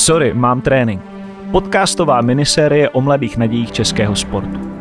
Sorry, mám trénink. Podcastová minisérie o mladých nadějích českého sportu.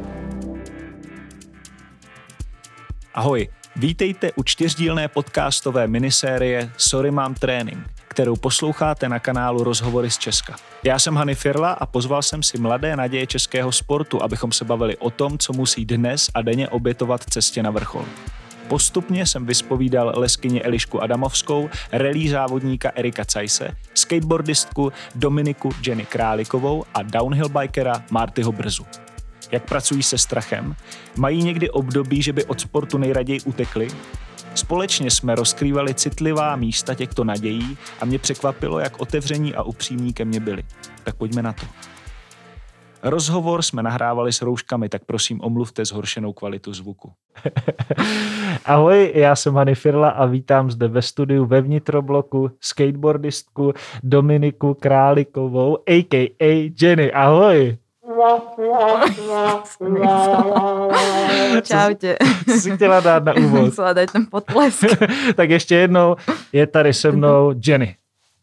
Ahoj, vítejte u 4dílné podcastové minisérie Sorry, mám trénink, kterou posloucháte na kanálu Rozhovory z Česka. Já jsem Hany Firla a pozval jsem si mladé naděje českého sportu, abychom se bavili o tom, co musí dnes a denně obětovat cestě na vrchol. Postupně jsem vyspovídal leskyni Elišku Adamovskou, rally závodníka Erika Cajse, skateboardistku Dominiku Jenny Králikovou a downhill bikera Martyho Brzu. Jak pracují se strachem? Mají někdy období, že by od sportu nejraději utekli? Společně jsme rozkrývali citlivá místa těchto nadějí a mě překvapilo, jak otevření a upřímní ke mně byli. Tak pojďme na to. Rozhovor jsme nahrávali s rouškami, tak prosím omluvte zhoršenou kvalitu zvuku. Ahoj, já jsem Hany Firla a vítám zde ve studiu ve vnitrobloku skateboardistku Dominiku Králikovou, a.k.a. Jenny. Ahoj. Čaute. Co jsi chtěla dát na úvod? Musela dať ten potlesk. Tak ještě jednou, je tady se mnou Jenny.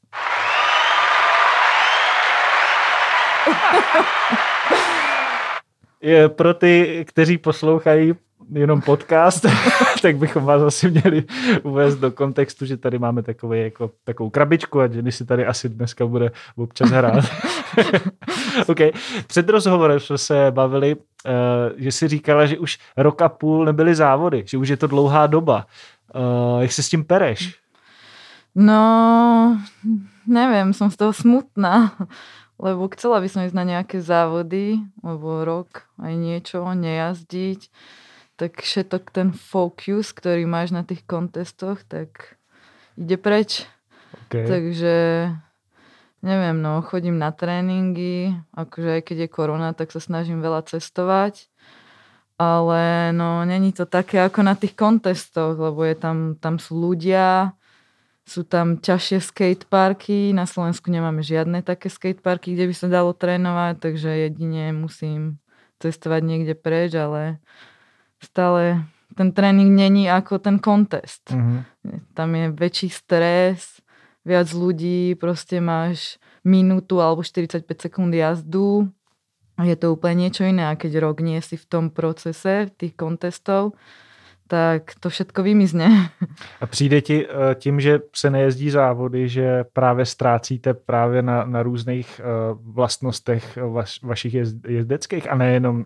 Pro ty, kteří poslouchají jenom podcast, tak bychom vás asi měli uvést do kontextu, že tady máme takovou krabičku a Jenny si tady asi dneska bude občas hrát. Okay. Před rozhovorem jsme se bavili, že jsi říkala, že už rok a půl nebyly závody, že už je to dlouhá doba. Jak se s tím pereš? No, neviem, som z toho smutná, lebo chcela by som ísť na nejaké závody, lebo rok aj niečo, nejazdiť, tak všetok ten focus, ktorý máš na tých kontestoch, tak ide preč. Okay. Takže neviem, no, chodím na tréningy, akože aj keď je korona, tak sa snažím veľa cestovať, ale no, není to také ako na tých kontestoch, lebo je tam sú ľudia, sú tam ťažšie skateparky, na Slovensku nemáme žiadne také skateparky, kde by sa dalo trénovať, takže jedine musím cestovať niekde preč, ale stále ten tréning není ako ten kontest. Mm-hmm. Tam je väčší stres, viac ľudí, proste máš minútu alebo 45 sekúnd jazdu. Je to úplne niečo iné, a keď rok nie si v tom procese tých kontestov, tak to všetko vymizne. A přijde ti tím, že se nejezdí závody, že právě ztrácíte právě na různých vlastnostech vašich jezdeckých a nejenom...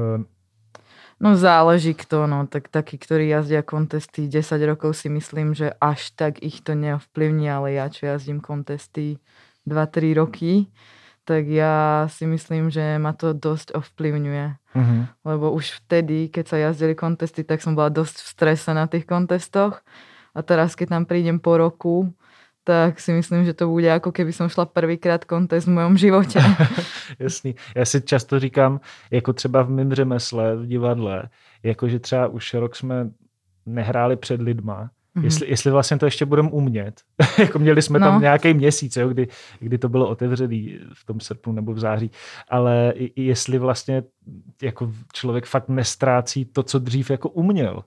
No záleží kto, no. Tak takí, ktorí jazdia kontesty 10 rokov, si myslím, že až tak ich to neovplyvní, ale ja, čo jazdím kontesty 2-3 roky, tak ja si myslím, že ma to dosť ovplyvňuje. Mm-hmm. Lebo už vtedy, keď sa jazdili kontesty, tak som bola dosť v strese na tých kontestoch. A teraz, keď tam prídem po roku, tak si myslím, že to bude ako keby som šla prvýkrát kontest v mojom životě. Jasný. Já si často říkám, jako třeba v mým řemesle, v divadle, jakože třeba už rok jsme nehráli před lidma, jestli vlastně to ještě budeme umět. Jako měli jsme tam nějaký měsíc, jo, kdy to bylo otevřený v tom srpnu nebo v září, ale jestli vlastně jako člověk fakt nestrácí to, co dřív jako uměl.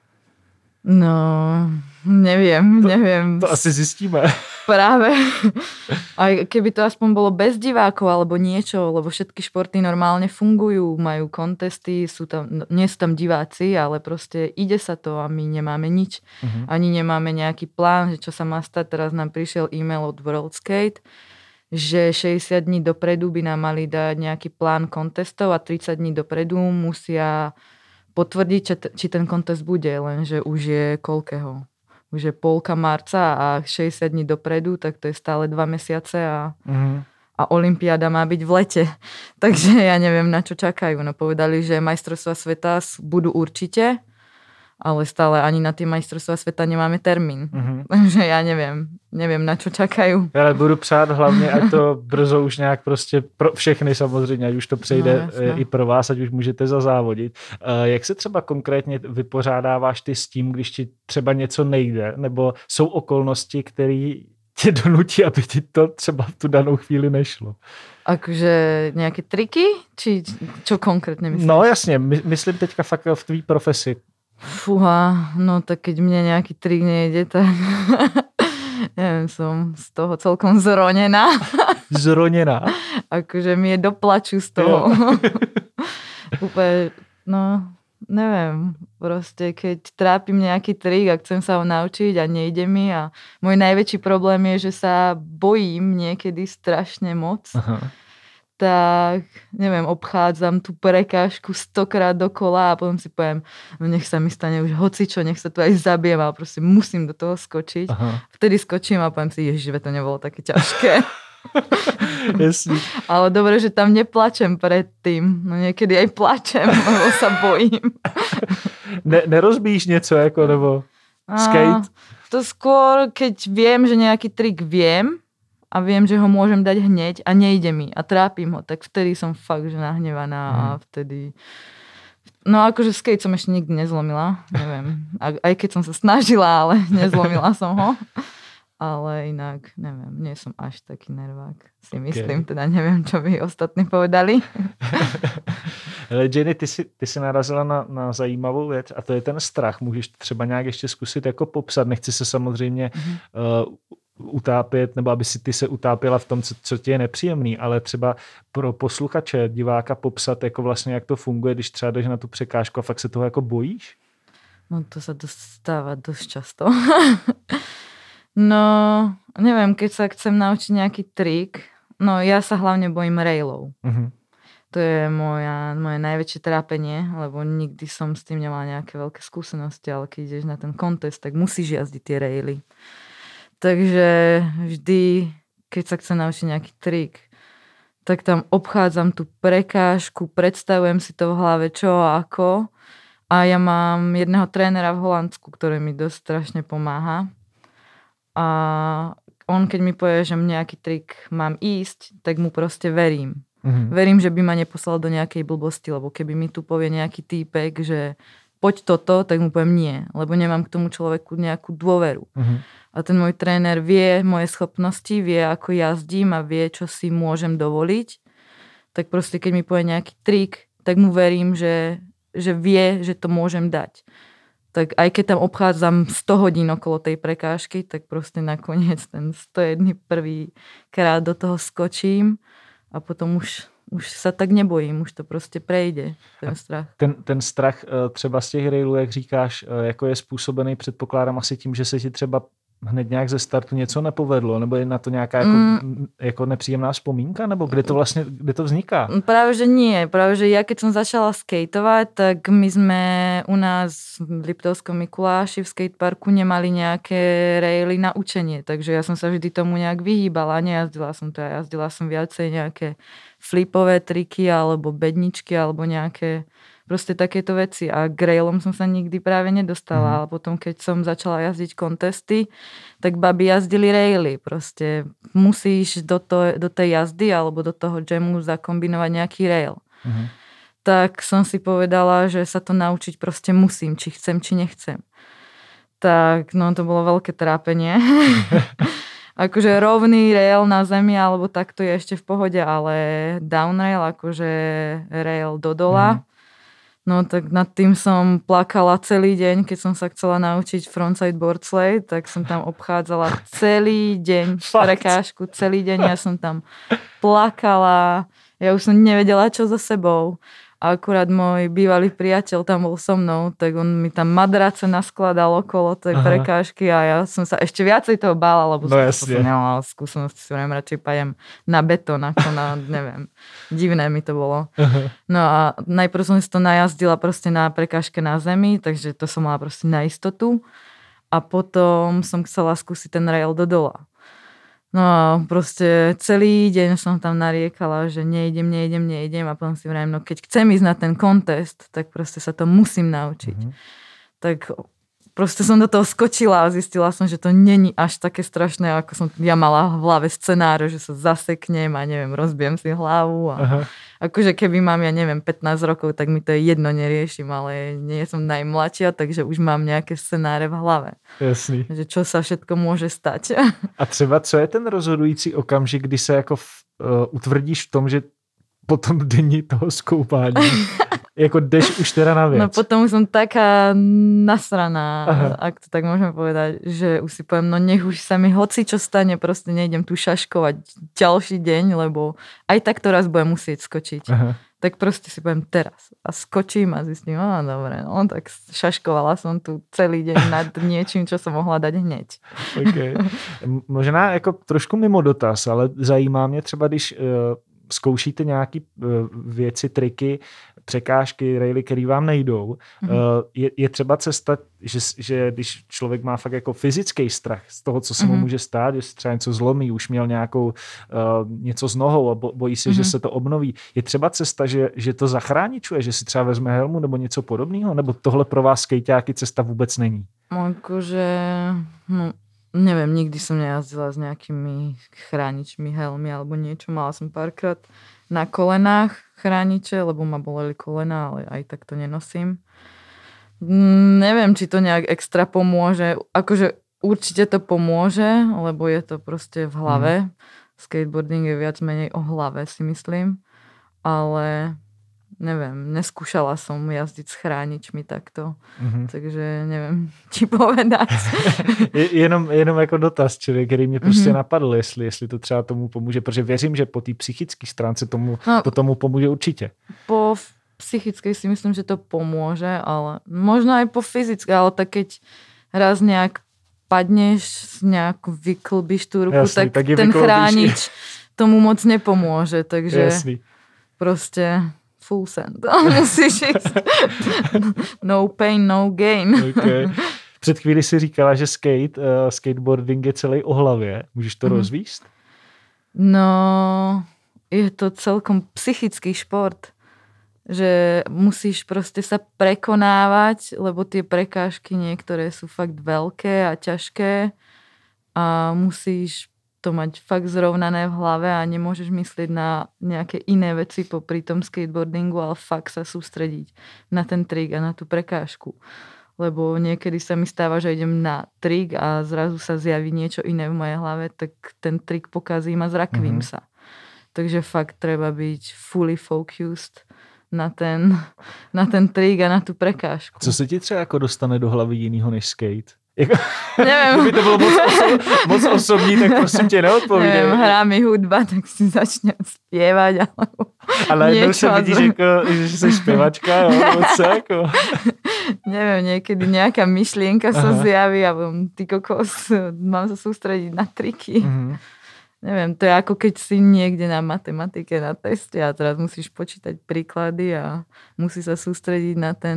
No, neviem. To asi zistíme. Práve. A keby to aspoň bolo bez divákov alebo niečo, lebo všetky športy normálne fungujú, majú kontesty, nie sú tam diváci, ale proste ide sa to a my nemáme nič. Uh-huh. Ani nemáme nejaký plán, že čo sa má stať. Teraz nám prišiel e-mail od World Skate, že 60 dní dopredu by nám mali dať nejaký plán kontestov a 30 dní dopredu musia potvrdiť, či ten kontest bude, lenže už je koľkého. Už je polka marca a 60 dní dopredu, tak to je stále 2 mesiace a olympiáda má byť v lete. Takže ja neviem, na čo čakajú. No povedali, že majstrovstvá sveta budú určite, ale stále ani na tie majstrovstvá sveta nemáme termín. Takže ja neviem, na čo čakajú. Ale budu přát hlavně, ať to brzo už nějak prostě pro všechny samozřejmě, ať už to přejde i pro vás, ať už můžete zazávodit. Jak se třeba konkrétně vypořádáváš ty s tím, když ti třeba něco nejde, nebo jsou okolnosti, které tě donutí, aby ti to třeba v tu danou chvíli nešlo? Akože nejaké triky? Či čo konkrétne myslíš? No jasně, myslím teďka fakt v tvý profesi. Fúha, no tak keď mne nejaký trik nejde, tak neviem, úplne som z toho celkom zronená. Zronená? Akože mi je doplaču z toho. Úplne, no, neviem. Proste, keď trápim nejaký trik a chcem sa ho naučiť a nejde mi a môj najväčší problém je, že sa bojím niekedy strašne moc. Aha. Tak, neviem, obchádzam tú prekážku 100-krát dokola a potom si poviem, no nech sa mi stane už hocičo, nech sa tu aj zabijem, ale proste musím do toho skočiť. Aha. Vtedy skočím a poviem si, ježiš, to nebolo také ťažké. Jasný. Ale dobre, že tam neplačem predtým. No niekedy aj plačem, lebo sa bojím. Nerozbíš něco jako, nebo skate? To skôr, keď viem, že nejaký trik viem, a viem, že ho môžem dať hneď a nejde mi a trápim ho, tak vtedy som fakt, že nahnevaná a vtedy... No akože skate som ešte nikdy nezlomila, neviem. Aj keď som sa snažila, ale nezlomila som ho. Ale inak, neviem, nie som až taký nervák, si myslím, teda neviem, čo by ostatní povedali. Ale Jenny, ty jsi narazila na zajímavou věc a to je ten strach. Můžeš třeba nějak ještě zkusit jako popsat, nechci se samozřejmě utápět, nebo aby si ty se utápěla v tom, co ti je nepříjemný, ale třeba pro posluchače, diváka popsat, jako vlastně jak to funguje, když třeba jdeš na tu překážku a fakt se toho jako bojíš? No to sa stáva dosť často. No, neviem, keď sa chcem naučiť nejaký trik, no ja sa hlavne bojím railov. To je moje najväčšie trápenie, lebo nikdy som s tým nemala nejaké veľké skúsenosti, ale keď ideš na ten contest, tak musíš jazdiť tie raily. Takže vždy, keď sa chcem naučiť nejaký trik, tak tam obchádzam tú prekážku, predstavujem si to v hlave, čo a ako. A ja mám jedného trénera v Holandsku, ktorý mi dosť strašne pomáha. A on, keď mi povie, že nejaký trik mám ísť, tak mu proste verím. Verím, že by ma neposlal do nejakej blbosti, lebo keby mi tu povie nejaký týpek, že poď toto, tak mu poviem nie, lebo nemám k tomu človeku nejakú dôveru. A ten môj tréner vie moje schopnosti, vie, ako jazdím a vie, čo si môžem dovoliť. Tak proste, keď mi povie nejaký trik, tak mu verím, že vie, že to môžem dať. Tak aj keď tam obchádzam 100 hodín okolo tej prekážky, tak proste nakoniec ten 101. krát do toho skočím a potom už sa tak nebojím, už to prostě prejde, ten strach. Ten strach třeba z těch railů, jak říkáš, jako je způsobený, předpokládám asi tím, že se ti třeba hned nějak ze startu něco nepovedlo, nebo je na to nějaká jako nepříjemná vzpomínka, nebo kde to vzniká? Práve, že nie. Práve, že ja keď som začala skateovať, tak my sme u nás v Liptovskom Mikuláši v skateparku nemali nejaké raily na učenie, takže ja som sa vždy tomu nejak vyhýbala, nejazdila som to, jazdila som viacej nejaké flipové triky, alebo bedničky, alebo nejaké proste takéto veci a k railom som sa nikdy práve nedostala, ale potom keď som začala jazdiť kontesty, tak babi jazdili raily, proste musíš do tej jazdy alebo do toho jamu zakombinovať nejaký rail. Tak som si povedala, že sa to naučiť proste musím, či chcem, či nechcem. Tak no to bolo veľké trápenie. Akože rovný rail na zemi alebo takto je ešte v pohode, ale down rail, akože rail do dola, no tak nad tým som plakala celý deň, keď som sa chcela naučiť frontside board slide, tak som tam obchádzala celý deň prekážku, celý deň ja som tam plakala, ja už som nevedela, čo so sebou. A akurát môj bývalý priateľ tam bol so mnou, tak on mi tam madrace naskladal okolo tej prekážky a ja som sa ešte viacej toho bála, lebo som nemala skúsenosti, si radšej pajem na betón, ako na, neviem, divné mi to bolo. No a najprv som si to najazdila proste na prekážke na zemi, takže to som mala proste na istotu a potom som chcela skúsiť ten rail do dola. No a proste celý deň som tam nariekala, že nejdem a potom si vrajím, no keď chcem ísť na ten contest, tak proste sa to musím naučiť. Tak proste som do toho skočila a zistila som, že to není až také strašné, ako som ja mala v hlave scenár, že sa zaseknem a neviem, rozbijem si hlavu a akože keby mám, ja neviem, 15 rokov, tak mi to je jedno, neriešim, ale nie som najmladšia, takže už mám nejaké scenáre v hlave. Jasný. Že čo sa všetko môže stať. A třeba co je ten rozhodující okamžik, kdy se jako utvrdíš v tom, že po tom dni toho skoupání jako jdeš už teda na věc. No potom som taká nasraná, ak to tak môžem povedať, že už si poviem, no nech už sa mi hoci čo stane, proste nejdem tu šaškovať ďalší deň, lebo aj tak to raz budem musieť skočiť. Aha. Tak proste si poviem teraz a skočím a zistím, dobre, no tak šaškovala som tu celý deň nad niečím, čo som mohla dať hneď. Okay. Možná jako trošku mimo dotaz, ale zajímá mě třeba, když zkoušíte nějaký věci, triky, překážky, raily, které vám nejdou, je třeba cesta, že když člověk má fakt jako fyzický strach z toho, co se mu může stát, že si třeba něco zlomí, už měl nějakou něco s nohou a bojí se, že se to obnoví. Je třeba cesta, že to zachráničuje, že si třeba vezme helmu nebo něco podobného, nebo tohle pro vás skejťáky cesta vůbec není? Akože, neviem, nikdy som nejazdila s nejakými chráničmi, helmy alebo niečo. Mala som párkrát na kolenách chrániče, lebo ma boleli kolena, ale aj tak to nenosím. Neviem, či to nejak extra pomôže. Akože určite to pomôže, lebo je to proste v hlave. Skateboarding je viac menej o hlave, si myslím. Ale neviem, neskúšala som jazdiť s chráničmi takto, takže neviem, ti povedať. jenom jako dotaz, který mě prostě napadl, jestli to třeba tomu pomůže, protože věřím, že po té psychické stránce to tomu pomůže určitě. Po psychickej si myslím, že to pomôže, ale možno aj po fyzické, ale tak keď raz nejak padneš, nejak vyklbíš tú ruku, jasný, tak ten chránič tomu moc nepomôže, takže jasný. Proste full send. Musíš ísť. No pain, no gain. Okay. Před chvíli si říkala, že skateboarding je celý o hlavě. Můžeš to rozvíst? No, je to celkom psychický šport. Že musíš proste sa prekonávať, lebo tie prekážky niektoré sú fakt veľké a ťažké a musíš to mať fakt zrovnané v hlave a nemôžeš myslieť na nejaké iné veci popri tom skateboardingu, ale fakt sa sústrediť na ten trik a na tú prekážku. Lebo niekedy sa mi stáva, že idem na trik a zrazu sa zjaví niečo iné v mojej hlave, tak ten trik pokazím a zrakvím sa. Takže fakt treba byť fully focused na ten trik a na tú prekážku. Co se ti třeba jako dostane do hlavy jinýho než skate? Neviem. Kdyby to bylo moc osobní, tak prosím tě neodpovídej. Neviem, hrá mi hudba, tak si začnem spievať. Ale jednou se vidíš, že jsi zpěvačka, jako. Neviem, niekedy nejaká myšlienka sa zjaví a ty kokos, mám sa sústrediť na triky. Neviem, to je ako keď si niekde na matematike na teste a teraz musíš počítať príklady a musí sa sústrediť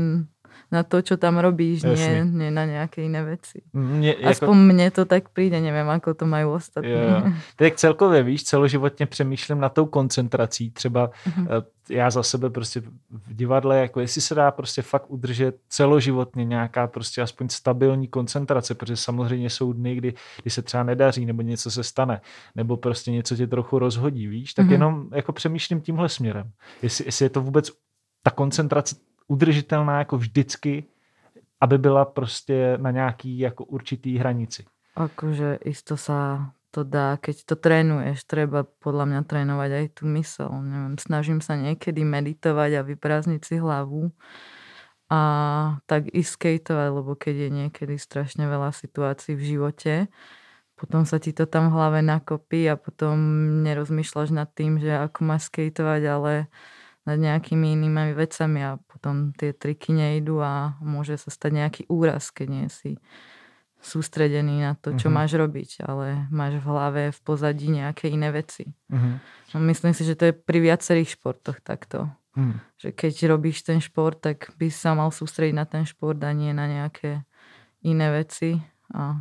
na to, čo tam robíš, nie na nejaké iné veci. Aspoň mne to tak príde, neviem, ako to majú ostatní. Tak celkově, víš, celoživotně přemýšlím nad tou koncentrací. Třeba já za sebe prostě v divadle, jako jestli se dá prostě fakt udržet celoživotně nějaká prostě aspoň stabilní koncentrace, protože samozřejmě jsou dny, kdy se třeba nedaří, nebo něco se stane, nebo prostě něco tě trochu rozhodí, víš, tak jenom jako přemýšlím tímhle směrem. Jestli je to vůbec ta koncentrace udržitelná jako vždycky, aby byla prostě na nějaký jako určitý hranici. Akože isto sa to dá, keď to trénuješ, treba podľa mňa trénovať aj tú myseľ. Neviem, snažím sa niekedy meditovať a vyprázdniť si hlavu a tak i skateovať, lebo keď je niekedy strašne veľa situácií v živote, potom sa ti to tam v hlave nakopí a potom nerozmýšľaš nad tým, že ako máš skateovať, ale nad nejakými inými vecami a potom tie triky nejdu a môže sa stať nejaký úraz, keď nie si sústredený na to, čo máš robiť, ale máš v hlave, v pozadí nejaké iné veci. No, myslím si, že to je pri viacerých športoch takto. Že keď robíš ten šport, tak by sa mal sústrediť na ten šport a nie na nejaké iné veci a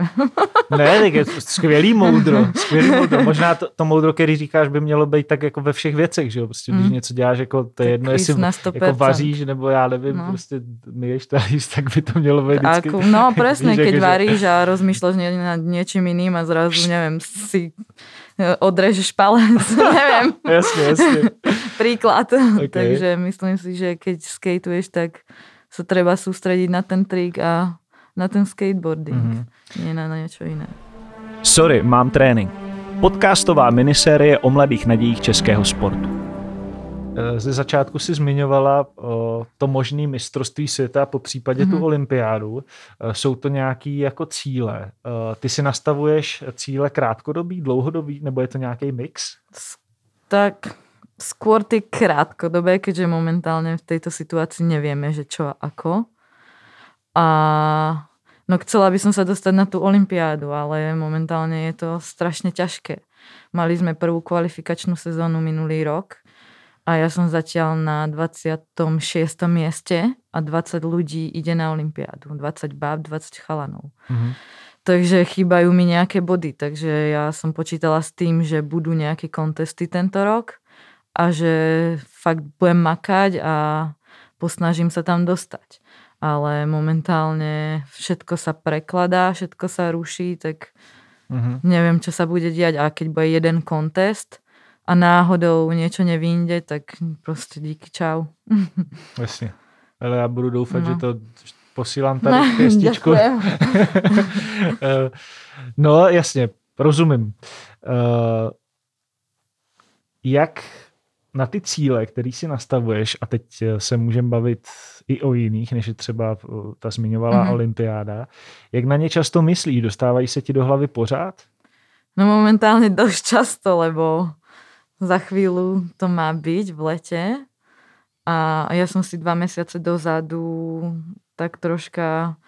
Ne, tak je skvělý moudro. Možná to moudro, který říkáš, by mělo být tak jako ve všech věcech, že jo? Prostě když něco děláš, jako to je jedno, jestli jako vaříš, nebo já nevím, prostě myješ talíř, tak by to mělo být vždycky. No presne, keď varíš a rozmýšľaš nad niečím iným a zrazu, neviem, si odrežeš palec, neviem. Jasne. Príklad. Okay. Takže myslím si, že keď skateuješ, tak sa treba sústrediť na ten trik a na ten skateboarding, nie na niečo iné. Sorry, mám trénink. Podcastová minisérie o mladých nadějích českého sportu. Ze začátku si zmiňovala to možné mistrovství světa, po případě tu olympiádu. Jsou to nějaký jako cíle? Ty si nastavuješ cíle krátkodobý, dlouhodobý, nebo je to nějaký mix? Tak skôr ty krátkodobé, keďže momentálne v tejto situácii nevieme, že čo a ako. A no chcela by som sa dostať na tú olympiádu, ale momentálne je to strašne ťažké. Mali sme prvú kvalifikačnú sezónu minulý rok a ja som zatiaľ na 26. mieste a 20 ľudí ide na olympiádu. 20 báb, 20 chalanov. Takže chýbajú mi nejaké body, takže ja som počítala s tým, že budú nejaké kontesty tento rok a že fakt budem makať a posnažím sa tam dostať. Ale momentálne všetko sa prekladá, všetko sa ruší, tak neviem, čo sa bude diať. A keď bude jeden kontest a náhodou niečo nevyjde, tak proste díky, čau. Jasně. Ale já budu doufat, že to posílám tady pěstičku. No jasně, rozumím. Jak na ty cíle, který si nastavuješ, a teď se můžeme bavit i o jiných, než je třeba ta zmiňovala olympiáda, jak na ně často myslíš? Dostávají se ti do hlavy pořád? No momentálne dosť často, lebo za chvíľu to má byť v lete a ja som si 2 mesiace dozadu tak troška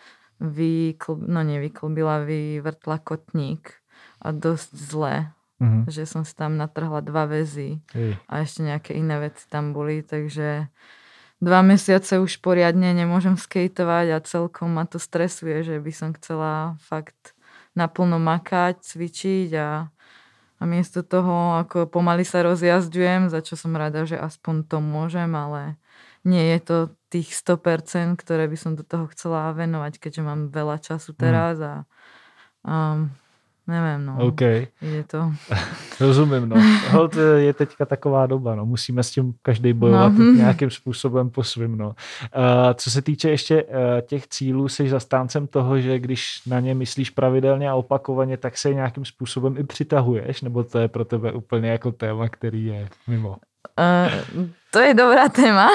vyvrtla kotník a dosť zle. Že som si tam natrhla 2 väzy a ešte nejaké iné veci tam boli, takže 2 mesiace už poriadne nemôžem skejtovať a celkom ma to stresuje, že by som chcela fakt naplno makať, cvičiť a miesto toho ako pomaly sa rozjazďujem, za čo som rada, že aspoň to môžem, ale nie je to tých 100%, ktoré by som do toho chcela venovať, keďže mám veľa času teraz a nevím, no. Okay. Je to. Rozumím, no. Hold je teďka taková doba, no. Musíme s tím každý bojovat nějakým způsobem po svým, no. Co se týče ještě těch cílů, jsi zastáncem toho, že když na ně myslíš pravidelně a opakovaně, tak se nějakým způsobem i přitahuješ, nebo to je pro tebe úplně jako téma, který je mimo? To je dobrá téma.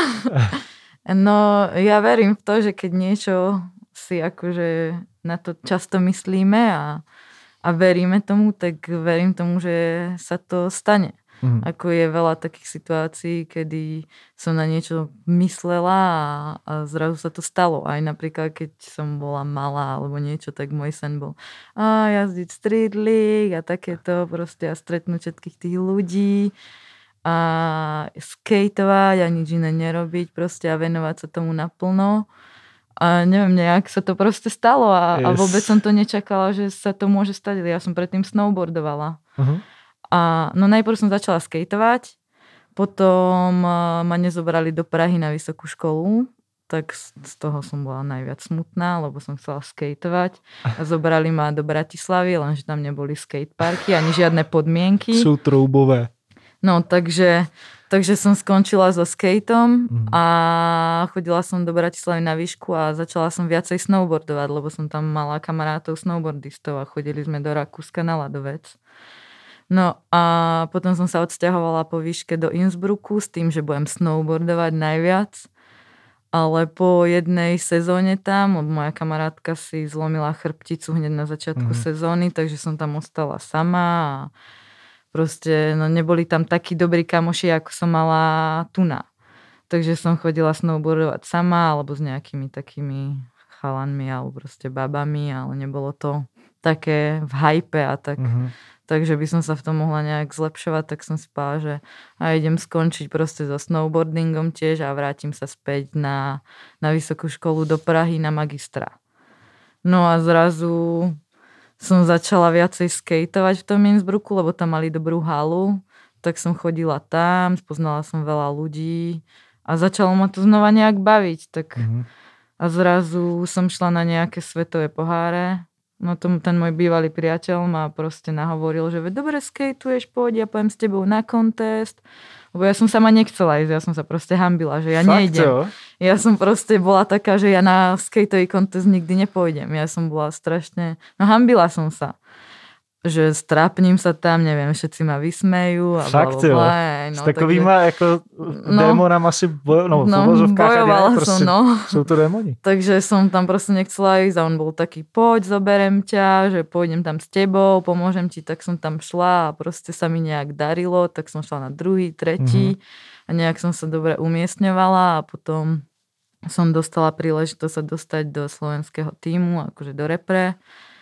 No, ja verím v to, že keď niečo si akože na to často myslíme a veríme tomu, tak verím tomu, že sa to stane. Ako je veľa takých situácií, kedy som na niečo myslela a zrazu sa to stalo. Aj napríklad, keď som bola malá alebo niečo, tak môj sen bol jazdiť street league a takéto proste a stretnúť všetkých tých ľudí a skateovať a nič iné nerobiť proste a venovať sa tomu naplno. A neviem, nejak sa to proste stalo a vôbec som to nečakala, že sa to môže stať. Ja som predtým snowboardovala. A no najprv som začala skateovať, potom ma nezobrali do Prahy na vysokú školu, tak z toho som bola najviac smutná, lebo som chcela skateovať a zobrali ma do Bratislavy, lenže tam neboli skateparky ani žiadne podmienky. Sú troubové. No, takže som skončila so skateom a chodila som do Bratislavy na výšku a začala som viacej snowboardovať, lebo som tam mala kamarátov snowboardistov a chodili sme do Rakúska na ľadovec. No a potom som sa odsťahovala po výške do Innsbrucku s tým, že budem snowboardovať najviac. Ale po jednej sezóne tam, lebo moja kamarátka si zlomila chrbticu hneď na začiatku sezóny, takže som tam ostala sama a proste no, neboli tam takí dobrí kamoši, ako som mala tuna. Takže som chodila snowboardovať sama alebo s nejakými takými chalanmi alebo proste babami, ale nebolo to také v hype a tak. Takže by som sa v tom mohla nejak zlepšovať, tak som si povedala, že idem skončiť proste so snowboardingom tiež a vrátim sa späť na vysokú školu do Prahy na magistra. No a zrazu som začala viacej skateovať v tom Innsbrucku, lebo tam mali dobrú halu, tak som chodila tam, spoznala som veľa ľudí a začalo ma to znova nejak baviť. Tak a zrazu som šla na nejaké svetové poháre. No ten môj bývalý priateľ ma proste nahovoril, že dobre skateuješ, poď, ja pojem s tebou na contest. Lebo ja som sama nechcela ísť, ja som sa proste hambila, že ja nejdem. Ja som proste bola taká, že ja na skateový contest nikdy nepôjdem. Ja som bola strašne, hambila som sa. že strápním sa tam, neviem, všetci ma vysmejú. A fakt, jo. S takovýma jako démonama si bojovala prostě, som, Jsou to démoni. Takže som tam proste nechcela ísť a on bol taký, poď, zoberem ťa, že pôjdem tam s tebou, pomôžem ti, tak som tam šla a proste sa mi nejak darilo, tak som šla na druhý, tretí a nejak som sa dobre umiestňovala a potom som dostala príležitosť sa dostať do slovenského tímu, akože do repre.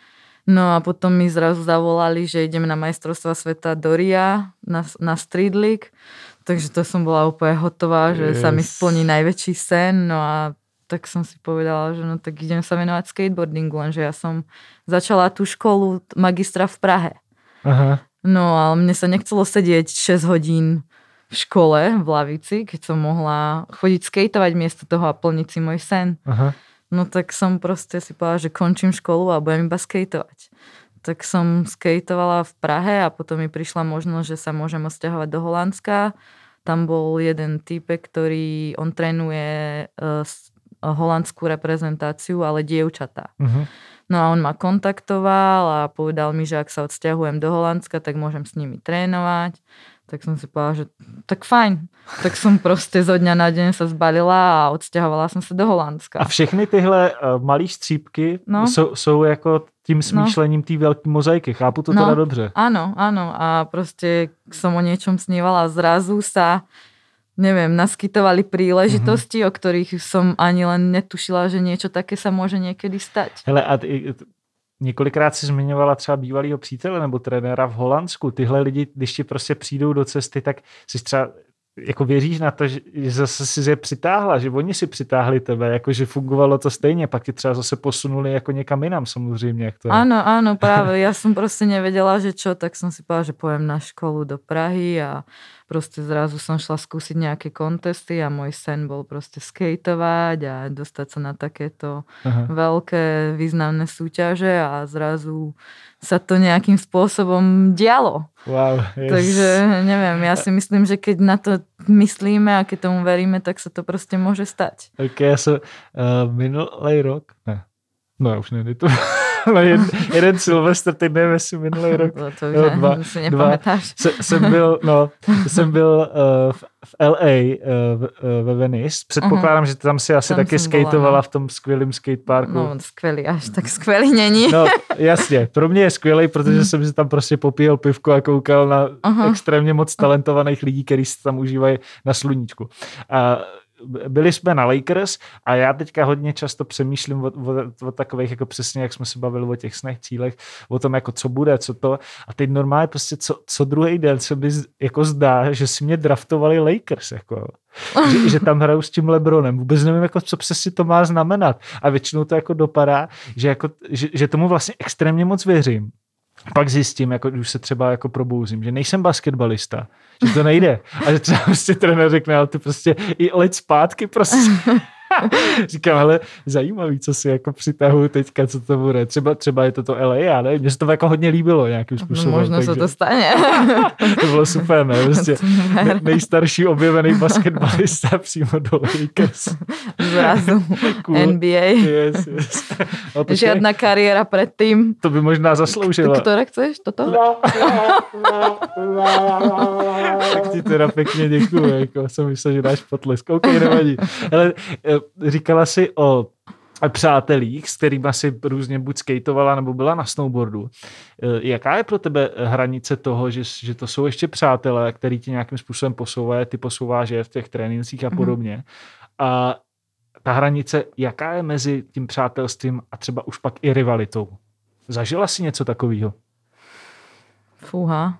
No a potom mi zrazu zavolali, že ideme na majstrovstvá sveta do Ria, na Street League. Takže to som bola úplne hotová, že sa mi splní najväčší sen. No a tak som si povedala, že no tak idem sa venovať skateboardingu, lenže ja som začala tú školu magistra v Prahe. Aha. No a mne sa nechcelo sedieť 6 hodín v škole, v lavici, keď som mohla chodiť skateovať miesto toho a plniť si môj sen. Aha. No tak som proste si povedala, že končím školu a budem iba skateovať. Tak som skateovala v Prahe a potom mi prišla možnosť, že sa môžem odsťahovať do Holandska. Tam bol jeden týpek, ktorý, on trénuje holandskú reprezentáciu, ale dievčatá. No a on ma kontaktoval a povedal mi, že ak sa odsťahujem do Holandska, tak môžem s nimi trénovať. Tak som si povedala, že tak fajn. Tak som proste zo dňa na deň sa zbalila a odsťahovala som sa do Holandska. A všechny tyhle malý střípky jsou jako tím smýšlením té velké mozaiky. Chápu to teda dobře. Áno, áno. A proste som o niečom snívala a zrazu sa, neviem, naskytovali príležitosti, o ktorých som ani len netušila, že niečo také sa môže niekedy stať. Hele, a několikrát si zmiňovala třeba bývalýho přítele nebo trenéra v Holandsku. Tyhle lidi, když ti prostě přijdou do cesty, tak si třeba jako věříš na to, že zase si je přitáhla, že oni si přitáhli tebe, jako že fungovalo to stejně, pak ti třeba zase posunuli jako někam jinam samozřejmě. Jak to je. Áno, práve. Ja som proste nevedela, že čo, tak som si povedala, že pojem na školu do Prahy a proste zrazu som šla skúsiť nejaké kontesty a môj sen bol proste skateovať a dostať sa na takéto veľké významné súťaže a zrazu sa to nejakým spôsobom dialo. Wow, yes. Takže neviem, ja si myslím, že keď na to myslíme a keď tomu veríme, tak sa to proste môže stať. Ok, ja som minulý rok, ne, no ja už neviem, to jeden Silvestr, teď nevím, jestli minulý rok. To už si nepamätáš. Jsem byl v LA ve Venice. Předpokládám, že tam si asi tam taky skateovala v tom skvělém skateparku. No, skvělý, až tak skvělý není. No, jasně. Pro mě je skvělý, protože jsem si tam prostě popíjel pivko a koukal na extrémně moc talentovaných lidí, kteří se tam užívají na sluníčku. A byli jsme na Lakers a já teďka hodně často přemýšlím o takových, jako přesně, jak jsme se bavili o těch snech, cílech, o tom, jako co bude, co to. A teď normálně prostě co druhý den se mi jako zdá, že si mě draftovali Lakers, jako. Že tam hrajou s tím LeBronem. Vůbec nevím, jako, co přesně to má znamenat. A většinou to jako dopadá, že tomu vlastně extrémně moc věřím. Pak zjistím, jako, když se třeba jako probouzím, že nejsem basketbalista, že to nejde. A že třeba prostě trenér řekne, ale ty prostě i let zpátky prostě. Říkám, hele, zajímavý, co si jako přitahuji teďka, co to bude. Třeba je to LA, já nevím, mně se to jako hodně líbilo nějakým způsobem. Možno takže... se to stane. To bylo super, ne? Prostě nejstarší objevený basketbalista přímo do Lakers. Zrazu. Cool. NBA. Yes. Žiadna kariéra predtým. To by možná zasloužila. Ktoré chceš? Toto? Tak ti teda pěkně děkuju, jako jsem myslel, že dáš potlesk. OK, nevadí. Hele, říkala si o přátelích, s kterými si různě buď skateovala nebo byla na snowboardu. Jaká je pro tebe hranice toho, že to jsou ještě přátelé, který ti nějakým způsobem posouvají, ty posouváš je v těch trénincích a podobně. A ta hranice, jaká je mezi tím přátelstvím a třeba už pak i rivalitou? Zažila si něco takového? Fúha.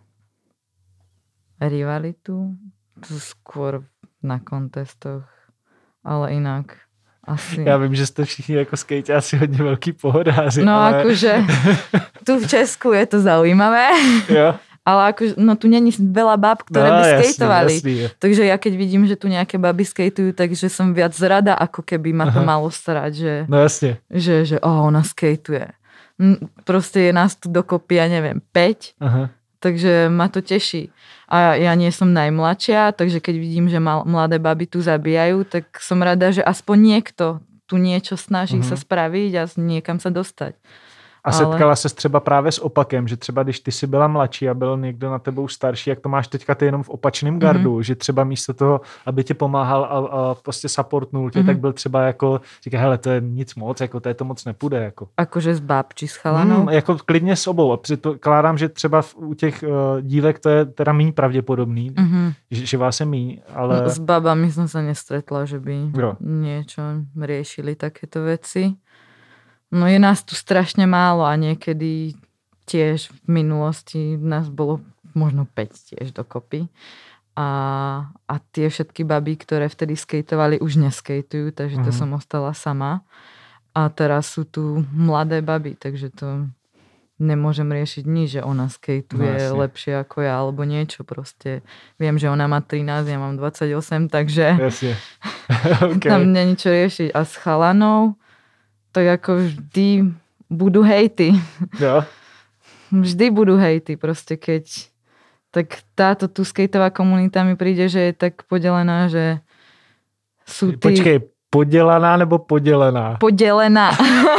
Rivalitu? To skôr na kontestoch. Ale inak asi... Já vím, že jste všichni jako skejťáci hodně velký pohodáři. No ale... akože tu v Česku je to zaujímavé. Jo. Ale akože, no tu není veľa báb, ktoré by skejtovali. Jasný. Takže ja keď vidím, že tu nejaké baby skejtujú, takže som viac rada, ako keby ma to malo starať, že... No jasne. Že ona skejtuje. Proste je nás tu dokopy, ja neviem, 5. Aha. Takže ma to teší. A ja nie som najmladšia, takže keď vidím, že mladé baby tu zabíjajú, tak som rada, že aspoň niekto tu niečo snaží sa spraviť a niekam sa dostať. A setkala ses třeba právě s opakem, že třeba když ty jsi byla mladší a byl někdo na tebou starší, jak to máš teďka ty jenom v opačném gardu, že třeba místo toho, aby ti pomáhal a prostě supportnul tě, tak byl třeba jako, říká, hele, to je nic moc, jako to moc nepůjde. Jako. Akože s báb či s chalanou? Jako klidně s obou. A předpokládám, že třeba u těch dívek to je teda méně pravděpodobný, že vás je méně, ale... No, s babami som sa nestretla, že by niečo riešili takéto veci. No je nás tu strašne málo a niekedy tiež v minulosti nás bolo možno 5 tiež dokopy. A tie všetky baby, ktoré vtedy skejtovali, už neskejtujú, takže to som ostala sama. A teraz sú tu mladé baby, takže to nemôžem riešiť nič, že ona skejtuje lepšie ako ja, alebo niečo proste. Viem, že ona má 13, ja mám 28, takže tam není čo riešiť. A s chalanou tak ako vždy budú hejty. Jo. Vždy budú hejty, proste keď... Tak táto tu skejtová komunita mi príde, že je tak podelená, že sú tí... Počkej, podelaná nebo podelená? Podelená.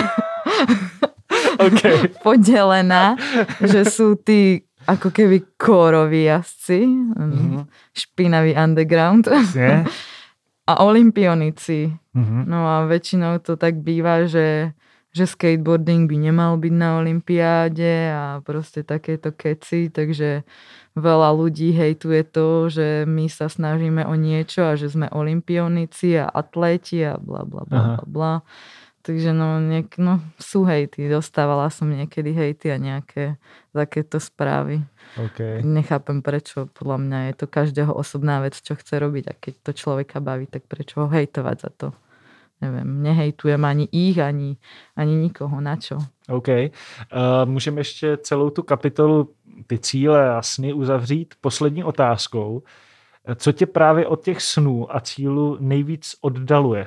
Okay. Podelená, že sú tí ako keby kóroví jazdci, špinavý underground. A olympionici. No a väčšinou to tak býva, že skateboarding by nemal byť na olympiáde a proste takéto keci, takže veľa ľudí hejtuje to, že my sa snažíme o niečo a že sme olympionici a atléti a bla bla bla bla bla. Takže no sú hejty. Dostávala som niekedy hejty a nejaké takéto správy. Okay. Nechápem prečo. Podľa mňa je to každého osobná vec, čo chce robiť. A keď to človeka baví, tak prečo ho hejtovať za to? Neviem, nehejtujem ani ich, ani nikoho. Na čo? OK. Můžeme ještě celou tu kapitolu, ty cíle a sny uzavřít poslední otázkou. Co tě právě od těch snů a cílů nejvíc oddaluje?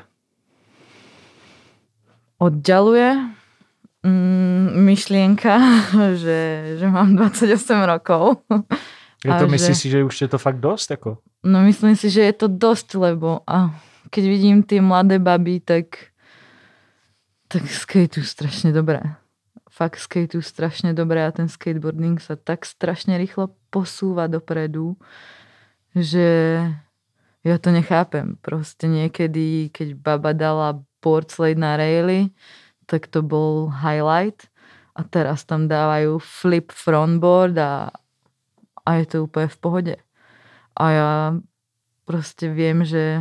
Oddialuje myšlienka, že mám 28 rokov. Myslíš si, že už je to fakt dost? Jako? No myslím si, že je to dosť, lebo keď vidím tie mladé baby, tak skateujú strašne dobré. Fakt skateujú strašne dobré a ten skateboarding sa tak strašne rýchlo posúva dopredu, že ja to nechápem. Proste niekedy, keď baba dala board slide na raily, tak to bol highlight a teraz tam dávajú flip frontboard a je to úplne v pohode. A ja proste viem, že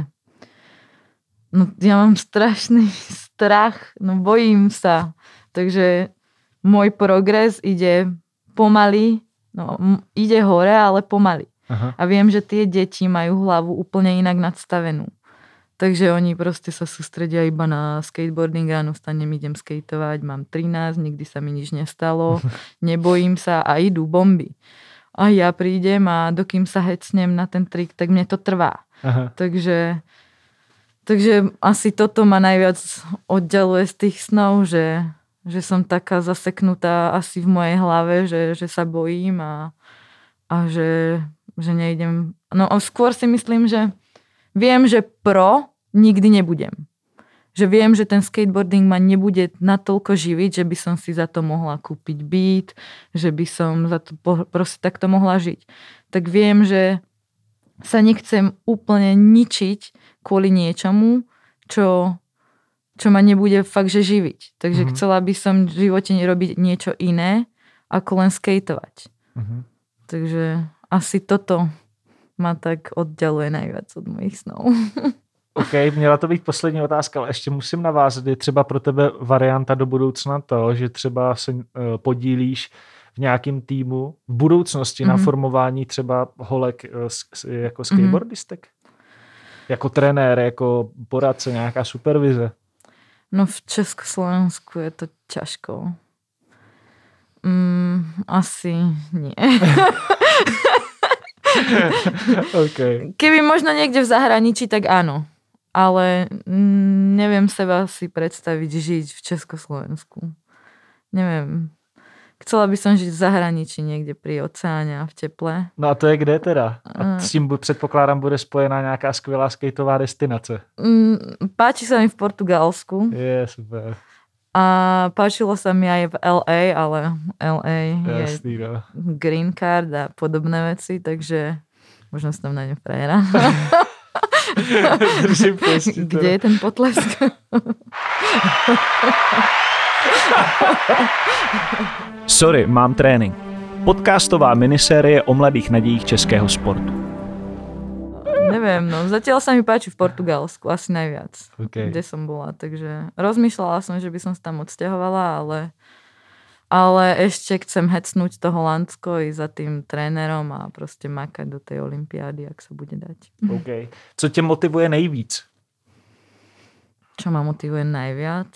ja mám strašný strach, bojím sa. Takže môj progres ide pomaly, ide hore, ale pomaly. Aha. A viem, že tie deti majú hlavu úplne inak nadstavenú. Takže oni proste sa sústredia iba na skateboarding, ráno vstanem, idem skateovať, mám 13, nikdy sa mi nič nestalo, nebojím sa a idú bomby. A ja prídem a dokým sa hecnem na ten trik, tak mne to trvá. Aha. Takže asi toto ma najviac oddialuje z tých snov, že som taká zaseknutá asi v mojej hlave, že sa bojím a že nejdem. No a skôr si myslím, že viem, že nikdy nebudem. Že viem, že ten skateboarding ma nebude natoľko živiť, že by som si za to mohla kúpiť byt, že by som za to proste takto mohla žiť. Tak viem, že sa nechcem úplne ničiť kvôli niečomu, čo ma nebude fakt, že živiť. Takže chcela by som v živote robiť niečo iné, ako len skateovať. Takže asi toto ma tak oddialuje najviac od mojich snov. OK, měla to být poslední otázka, ale ještě musím navázat. Je třeba pro tebe varianta do budoucna to, že třeba se podílíš v nějakém týmu v budoucnosti na formování třeba holek jako skateboardistek? Jako trenér, jako poradce, nějaká supervize? No v Československu je to ťažko. Asi nie. Okay. Keby možno niekde v zahraničí, tak áno. Ale neviem seba si predstaviť žiť v Československu. Neviem. Chcela by som žiť v zahraničí niekde pri oceáne a v teple. No a to je kde teda? A s tím předpokládám bude spojená nějaká skvělá skateová destinace. Páči sa mi v Portugalsku. Je, super. A páčilo sa mi aj v LA, ale LA je green card a podobné veci, takže možno sa tam nájdem frajera. Kde je ten potlesk? Sorry, mám trénink. Podcastová minisérie o mladých nadějích českého sportu. Neviem, no zatiaľ sa mi páči v Portugalsku asi najviac, kde som bola, takže rozmýšľala som, že by som sa tam odsťahovala, ale ešte chcem hecnúť to Holandsko i za tým trénerom a proste makať do tej olympiády, ak sa bude dať. Okay. Co tě motivuje nejvíc? Čo ma motivuje najviac?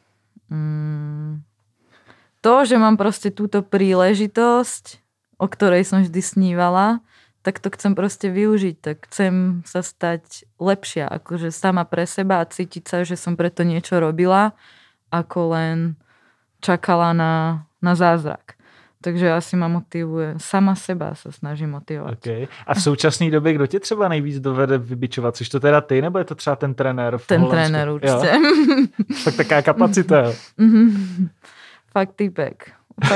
To, že mám proste túto príležitosť, o ktorej som vždy snívala, tak to chcem proste využiť, tak chcem sa stať lepšia, akože sama pre seba a cítiť sa, že som preto niečo robila, ako len čakala na zázrak. Takže asi ma motivuje, sama seba sa snažím motivovat. Okay. A v současné době, kdo tě třeba nejvíc dovede vybičovat? Což to teda ty, nebo je to třeba ten trenér v Ten Holandsku? trenér určitě. Fakt taká kapacita, jo? Fakt týpek.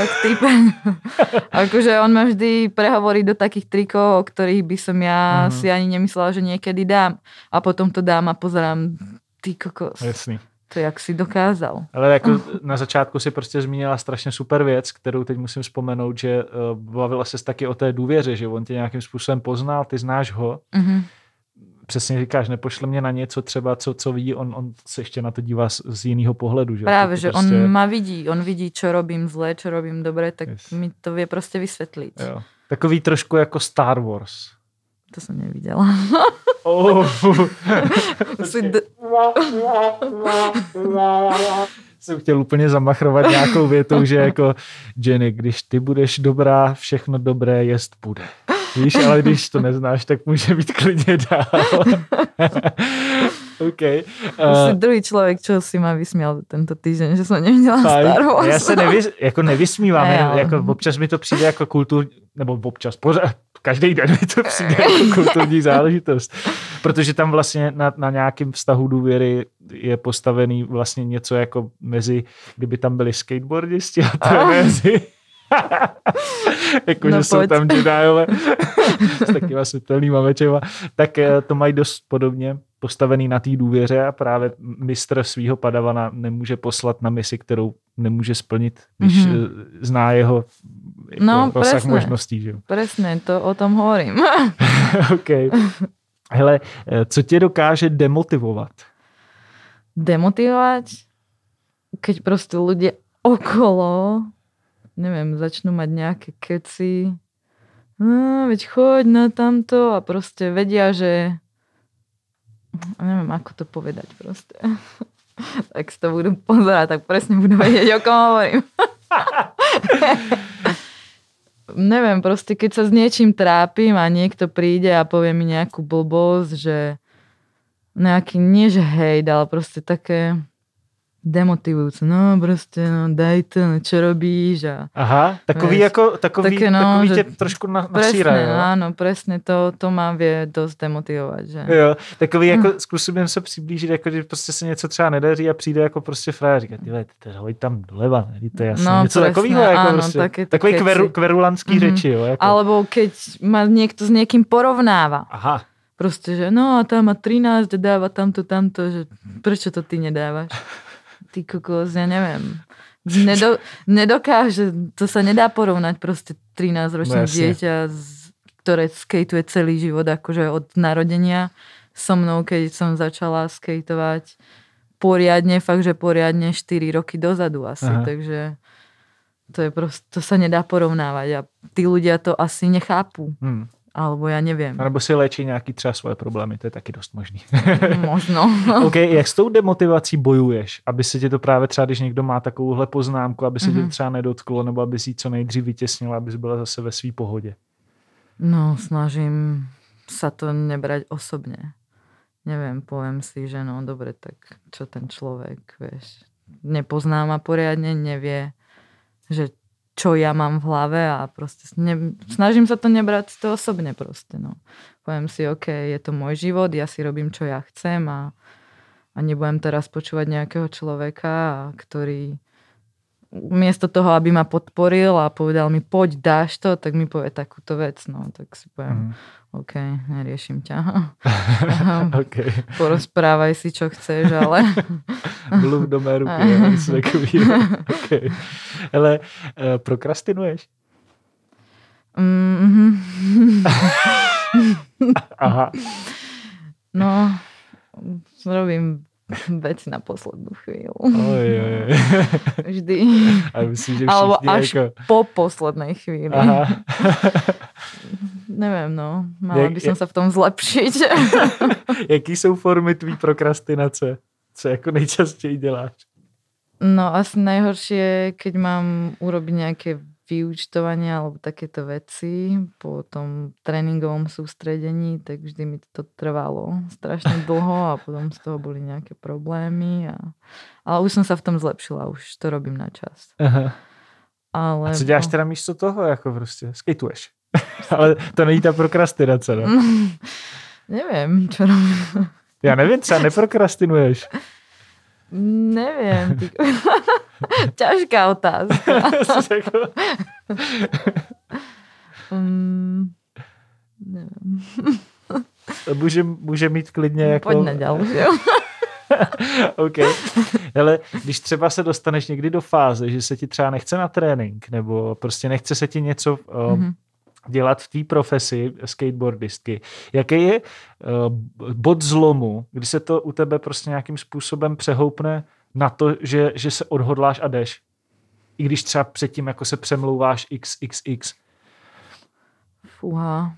Akože on ma vždy prehovorí do takých trikov, o ktorých by som ja si ani nemyslela, že niekedy dám. A potom to dám a pozerám, ty kokos. Jasný. To jak si dokázal. Ale jako na začátku si prostě zmínila strašně super věc, kterou teď musím vzpomenout, že bavila ses taky o té důvěře, že on tě nějakým způsobem poznal, ty znáš ho. Přesně říkáš, nepošle mě na něco třeba, co ví, on se ještě na to dívá z jiného pohledu. Že? Práve, že prostě... on ma vidí, on vidí, čo robím zle, čo robím dobre, tak mi to vie prostě vysvetliť. Jo. Takový trošku jako Star Wars. To jsem neviděla. Jsem chtěl úplně zamachrovat nějakou větou, že jako Jenny, když ty budeš dobrá, všechno dobré jest bude. Víš, ale když to neznáš, tak může být klidně dál. Okay. Jsi druhý člověk, čo si ma vysmial tento týden, že jsem neviděla Star Wars. Já se nevysmívám, jako občas mi to přijde jako kulturní, nebo občas, každý den mi to přijde jako kulturní záležitost. Protože tam vlastně na nějakém vztahu důvěry je postavený vlastně něco jako mezi, kdyby tam byli skateboardisti a trenéři. Jakože no jsou tam Jediové s takýma světelnýma mečema, tak to mají dost podobně postavený na té důvěře a právě mistr svýho padavana nemůže poslat na misi, kterou nemůže splnit, když zná jeho rozsah možností. Že? Presne, to o tom hovorím. OK. Hele, co tě dokáže demotivovat? Demotivovat? Keď prostě ľudia okolo neviem, začnú mať nejaké keci. No, veď choď na tamto a proste vedia, že neviem, ako to povedať proste. Tak si to budú pozerať, tak presne budú vedieť, o kom hovorím. Neviem, proste keď sa s niečím trápim a niekto príde a povie mi nejakú blbosť, že nejaký, nie že hejt, ale proste také demotivujúce. No proste, no daj to, no, čo robíš. A, aha, takový vieš, jako, takový tě trošku nasírají. Presne, áno, presne to má vie dosť demotivovat. Že? Jo, takový jako zkusím se přiblížit, jako když prostě se něco třeba nedaří a přijde jako prostě frajer, říká, ty hoď tam doleva, ne, to je jasné. No, něco takového, jako áno, prostě, takový kverulantský řeči. Jo, jako. Alebo keď ma niekto s niekým porovnáva. Aha. Proste, že no a tam má 13, dáva tamto, že prečo to ty nedávaš? Ty kokos, ja neviem. Nedokáže, to sa nedá porovnať proste 13-ročné dieťa, ktoré skateuje celý život, akože od narodenia so mnou, keď som začala skateovať poriadne, fakt, že poriadne 4 roky dozadu asi, takže to je proste, to sa nedá porovnávať a tí ľudia to asi nechápu. Alebo já nevím. A nebo si léčí nějaký třeba svoje problémy, to je taky dost možný. Možno. OK, jak s tou demotivací bojuješ? Aby se ti to právě třeba, když někdo má takovouhle poznámku, aby se ti to třeba nedotklo, nebo aby si ji co nejdřív vytěsnila, aby byla zase ve svý pohodě? No, snažím sa to nebrať osobně. Neviem, poviem si, že no, dobre, tak čo ten človek, vieš, nepozná ma poriadne, nevie, že čo ja mám v hlave a proste snažím sa to nebrať to osobne proste, no. Poviem si, OK, je to môj život, ja si robím, čo ja chcem a A nebudem teraz počúvať nejakého človeka, ktorý miesto toho, aby ma podporil a povedal mi, poď, dáš to, tak mi povie takúto vec. No, tak si poviem, OK, neriešim ťa. Okay. Porozprávaj si, čo chceš, ale... Mluv do mé ruky. Okay. Hele, prokrastinuješ? Aha. No, robím veci na poslednú chvíľu. Vždy. A myslím, že alebo až ako... po poslednej chvíli. Aha. Neviem, no. Mala by som sa v tom zlepšiť. Jaký jsou formy tvý prokrastinace? Co jako nejčastěji děláš? No asi najhoršie, keď mám urobiť nejaké vyúčtovanie alebo takéto veci po tom tréningovom sústredení, tak vždy mi to trvalo strašne dlho a potom z toho boli nejaké problémy. Ale už som sa v tom zlepšila, už to robím na čas. Aha. Ale... A co děláš teda místo toho? Jako prostě skejtuješ. Ale to není ta prokrastinace, no? Neviem, čo robím. Já nevím, třeba neprokrastinuješ. Neviem. Ťažká otázka. Neviem. Může mít klidně jako... Pojď na ďalšiu. OK. Hele, když třeba se dostaneš někdy do fáze, že se ti třeba nechce na trénink, nebo prostě nechce se ti něco dělat v té profesi skateboardistky. Jaký je bod zlomu, kdy se to u tebe prostě nějakým způsobem přehoupne na to, že se odhodláš a jdeš? I když třeba předtím jako se přemlouváš XXX. Fúha.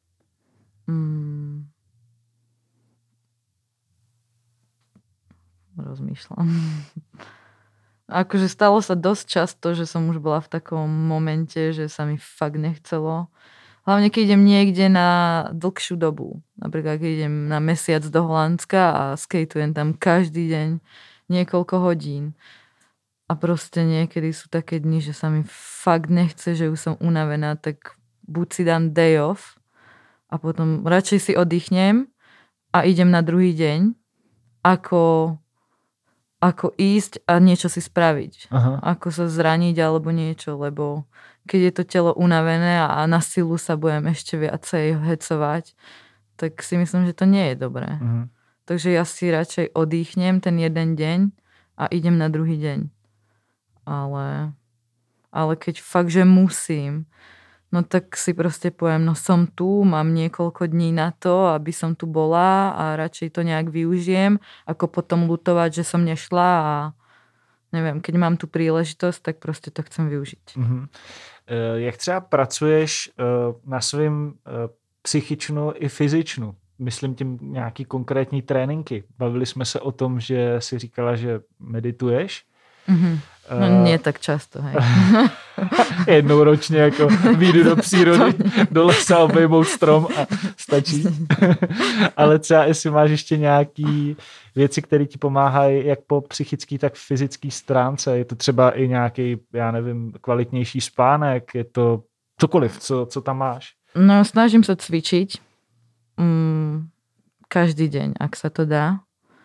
Rozmýšľam. Akože stalo sa dosť často, že som už bola v takom momente, že sa mi fakt nechcelo. Hlavne, keď idem niekde na dlhšiu dobu. Napríklad, keď idem na mesiac do Holandska a skateujem tam každý deň niekoľko hodín. A proste niekedy sú také dni, že sa mi fakt nechce, že už som unavená, tak buď si dám day off a potom radšej si oddychnem a idem na druhý deň, ako ísť a niečo si spraviť. Aha. Ako sa zraniť alebo niečo, lebo keď je to telo unavené a na silu sa budem ešte viacej hecovať, tak si myslím, že to nie je dobré. Takže ja si radšej oddychnem ten jeden deň a idem na druhý deň. Ale keď fakt, že musím, no tak si proste poviem, no som tu, mám niekoľko dní na to, aby som tu bola a radšej to nejak využijem, ako potom lutovať, že som nešla a neviem, keď mám tu príležitosť, tak proste to chcem využiť. Jak třeba pracuješ na svým psychičnu i fyzičnu? Myslím tím nějaký konkrétní tréninky. Bavili jsme se o tom, že si říkala, že medituješ. No nie tak často, hej. Jednou ročně jako vyjdu do přírody, do lesa, obejmout strom a stačí. Ale třeba jestli máš ještě nějaký věci, které ti pomáhají jak po psychické, tak fyzické stránce. Je to třeba i nějaký, já nevím, kvalitnější spánek, je to cokoliv, co tam máš? No snažím sa cvičiť každý deň, ak sa to dá.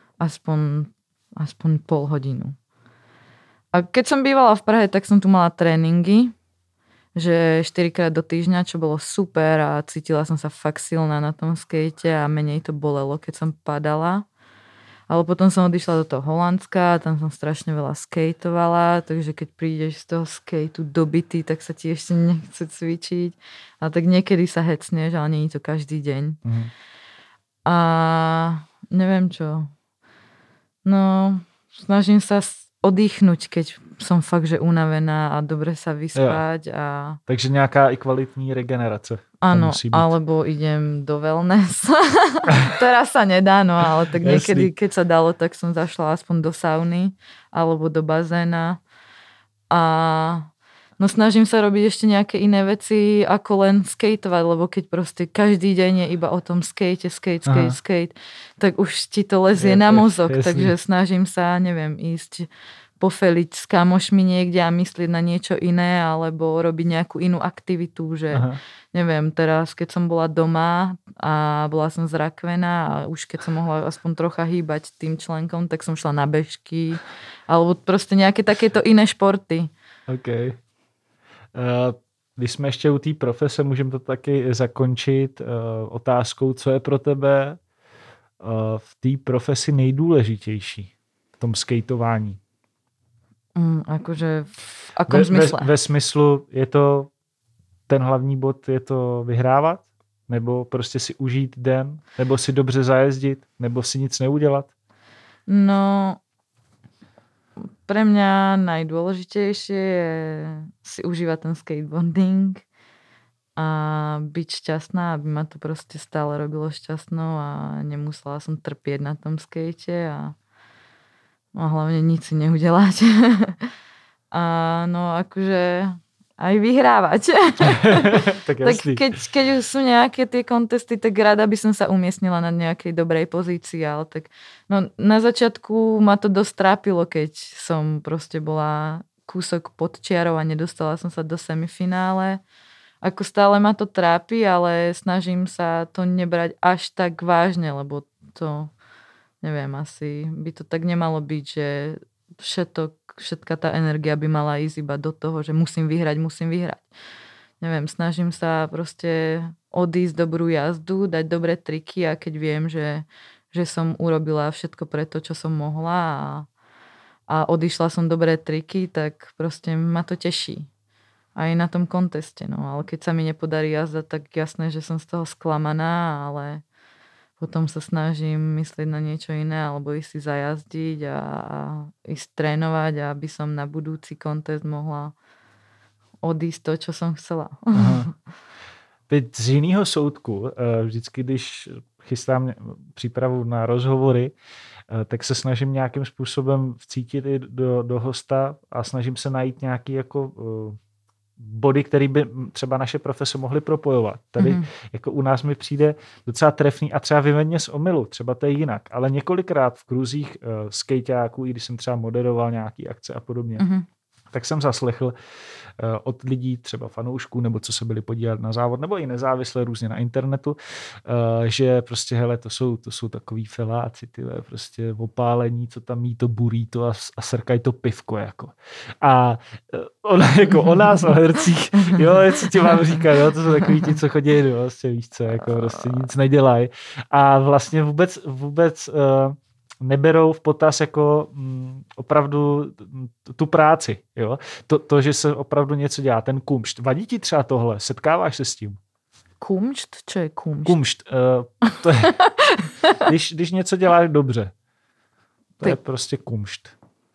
Aspoň pol hodinu. A keď som bývala v Prahe, tak som tu mala tréningy, že 4-krát do týždňa, čo bolo super a cítila som sa fakt silná na tom skate a menej to bolelo, keď som padala. Ale potom som odišla do toho Holandska, tam som strašne veľa skateovala, takže keď prídeš z toho skateu dobitý, tak sa ti ešte nechce cvičiť. A tak niekedy sa hecneš, ale nie je to každý deň. A neviem čo. No, snažím sa oddychnúť, keď som fakt, že unavená a dobre sa vyspať. A... Takže nejaká i kvalitní regenerace. Áno, alebo idem do wellness. Teraz sa nedá, no ale tak niekedy, keď sa dalo, tak som zašla aspoň do sauny alebo do bazéna. A no snažím sa robiť ešte nejaké iné veci, ako len skateovať, lebo keď proste každý deň je iba o tom skate, tak už ti to lezie na mozog, takže snažím sa, neviem, ísť pofeliť s kamošmi niekde a myslieť na niečo iné, alebo robiť nejakú inú aktivitu, že neviem, teraz keď som bola doma a bola som zrakvená a už keď som mohla aspoň trocha hýbať tým členkom, tak som šla na bežky, alebo proste nejaké takéto iné športy. OK. Když jsme ještě u té profese, můžeme to taky zakončit otázkou, co je pro tebe v té profesi nejdůležitější v tom skateování? Akože v akom zmysle? Ve smyslu, je to ten hlavní bod, je to vyhrávat? Nebo prostě si užít den? Nebo si dobře zajezdit? Nebo si nic neudělat? No, pre mňa najdôležitejšie je si užívať ten skateboarding a byť šťastná, aby ma to proste stále robilo šťastnou a nemusela som trpieť na tom skate a hlavne nič si neudelať. A no akože aj vyhrávať. Tak keď už sú nejaké tie kontesty, tak rada by som sa umiestnila na nejakej dobrej pozícii, ale tak no, na začiatku ma to dosť trápilo, keď som proste bola kúsok pod čiarou a nedostala som sa do semifinále. Ako stále ma to trápi, ale snažím sa to nebrať až tak vážne, lebo to neviem, asi by to tak nemalo byť, že všetka tá energia by mala ísť iba do toho, že musím vyhrať. Neviem, snažím sa proste odísť dobrú jazdu, dať dobré triky a keď viem, že som urobila všetko preto, čo som mohla a odišla som dobré triky, tak proste ma to teší. Aj na tom konteste, no. Ale keď sa mi nepodarí jazda, tak jasné, že som z toho sklamaná, ale potom sa snažím myslieť na niečo iné alebo ísť si zajazdiť a ísť trénovať, aby som na budúci kontest mohla odísť to, čo som chcela. Aha. Teď z jiného soudku, vždycky, když chystám přípravu na rozhovory, tak se snažím nějakým způsobem vcítit i do hosta a snažím se najít nějaký jako body, které by třeba naše profese mohly propojovat. Tady jako u nás mi přijde docela trefný a třeba vyvedně z omylu, třeba to je jinak, ale několikrát v kruzích skejťáků, i když jsem třeba moderoval nějaký akce a podobně, tak jsem zaslechl od lidí, třeba fanoušků, nebo co se byli podívat na závod, nebo i nezávisle různě na internetu, že prostě, hele, to jsou takový feláci, tyhle, prostě opálení, co tam jí to burrito a srkají to pivko, jako. A jako o nás, o hercích, jo, co ti mám říkat, jo, to jsou takový ti, co chodí, jo, vlastně víš co, jako prostě nic nedělají. A vlastně vůbec neberou v potaz jako opravdu tu práci. Jo? To, že se opravdu něco dělá, ten kumšt. Vadí ti třeba tohle? Setkáváš se s tím? Kumšt? Co je kumšt? Kumšt. To je, když něco děláš dobře. To je prostě kumšt.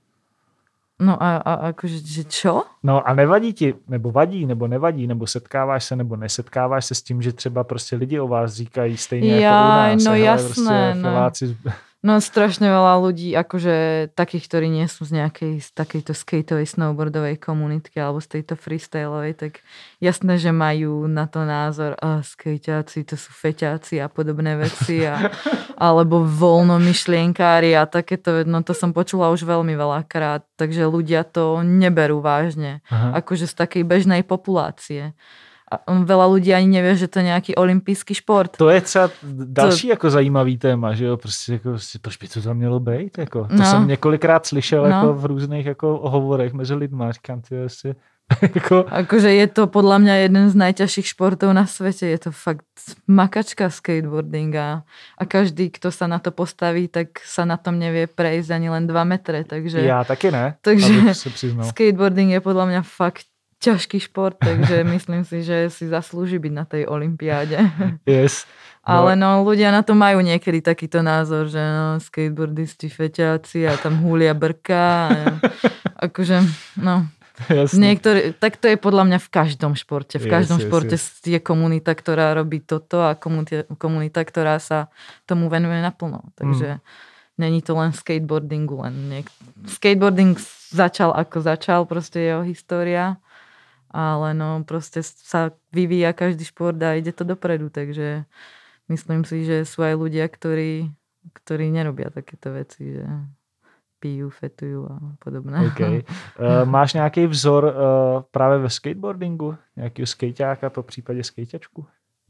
No a jakože, že čo? No a nevadí ti, nebo vadí, nebo nevadí, nebo setkáváš se, nebo nesetkáváš se s tím, že třeba prostě lidi o vás říkají stejně jako u nás. No jasné, prostě feláci. No strašne veľa ľudí, akože takých, ktorí nie sú z takejto skateovej, snowboardovej komunitky alebo z tejto freestyleovej, tak jasné, že majú na to názor, skateáci, to sú feťáci a podobné veci, alebo voľnomyšlienkári a takéto, no to som počula už veľmi veľakrát, takže ľudia to neberú vážne, akože z takej bežnej populácie. A veľa ľudí ani nevie, že to je nejaký olympijský šport. To je třeba další jako zajímavý téma, že jo, prostě jako, proč by to tam mělo být, jako. To jsem několikrát slyšel jako v různých jako hovorech mezi lidma, říkám, ty asi jako... Akože je to podľa mňa jeden z najťažších športov na svete, je to fakt makačka skateboarding a každý, kto sa na to postaví, tak sa na tom nevie prejsť ani len 2 metre, takže... Já taky ne, takže abych se přiznal. Skateboarding je podľa mňa fakt ťažký šport, takže myslím si, že si zaslúži byť na tej olympiáde. Yes. Ale no, ľudia na to majú niekedy takýto názor, že no, skateboardisti, feťáci a tam húlia brka. Akože, no. Niektorí, tak to je podľa mňa v každom športe. V každom športe je komunita, ktorá robí toto a komunita, ktorá sa tomu venuje naplno. Takže není to len skateboardingu. Skateboarding začal ako začal, proste jeho história. Ale no proste sa vyvíja každý šport a ide to dopredu, takže myslím si, že sú aj ľudia, ktorí nerobia takéto veci, že pijú, fetujú a podobné. Okay. Máš nějaký vzor právě ve skateboardingu? Nějakýho skejťáka, po případě skejťačku?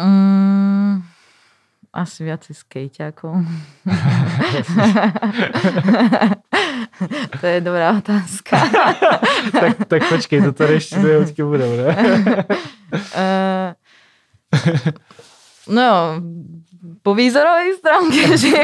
Asi viac skejťákov. To je dobrá otázka. tak počkej, to tady ještě odky budou, ne? No, po výzorové stránke, že...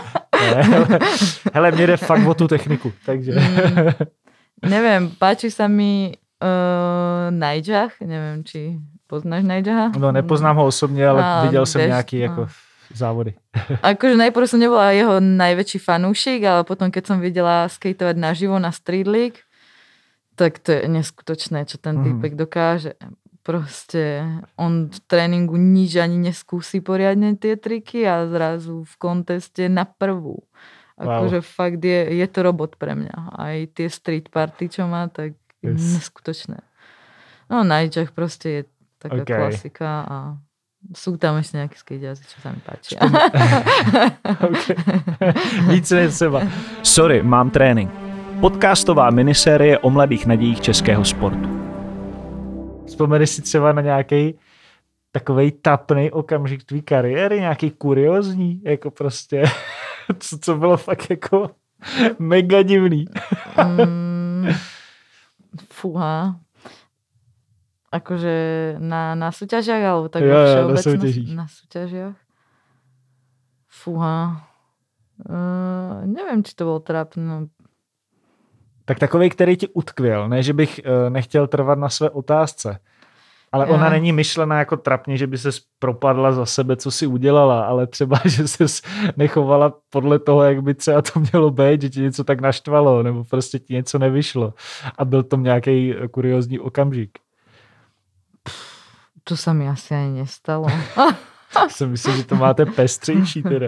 hele, mně jde fakt o tu techniku, takže... Neviem, páči sa mi Nigel, neviem, či poznáš Nigela? No, nepoznám ho osobně, ale viděl jsem nějaký jako závody. Akože najprv som nebola jeho najväčší fanúšik, ale potom, keď som videla skateovať naživo na Street League, tak to je neskutočné, čo ten týpek dokáže. Proste on v tréningu nič ani neskúsi poriadne tie triky a zrazu v konteste na prvú. Akože fakt je to robot pre mňa. Aj tie street party, čo má, tak neskutočné. No Nigel proste je taká klasika a sú tam ešte nejaké skejťáci, čo sa mi páčia. Okay. Víc než seba. Sorry, mám trénink. Podcastová minisérie o mladých nadějích českého sportu. Vzpomeneš si třeba na nějaký takovej tapnej okamžik tvý kariéry, nějaký kuriózní, jako prostě, co bylo fakt jako mega divný. Fúha. Akože na súťažiach, alebo tak všeobecnosti? Na súťažiach. Fúha. Neviem, či to bolo trápne. Tak takovej, který ti utkvěl, ne, že bych nechtěl trvat na své otázce, ale ona není myšlená jako trapně, že by ses propadla za sebe, co si udělala, ale třeba, že ses nechovala podle toho, jak by třeba to mělo být, že ti něco tak naštvalo, nebo prostě ti něco nevyšlo a byl to nějaký kuriózní okamžik. To sa mi asi ani nestalo. Jsem myslel, že to máte pestřejší teda.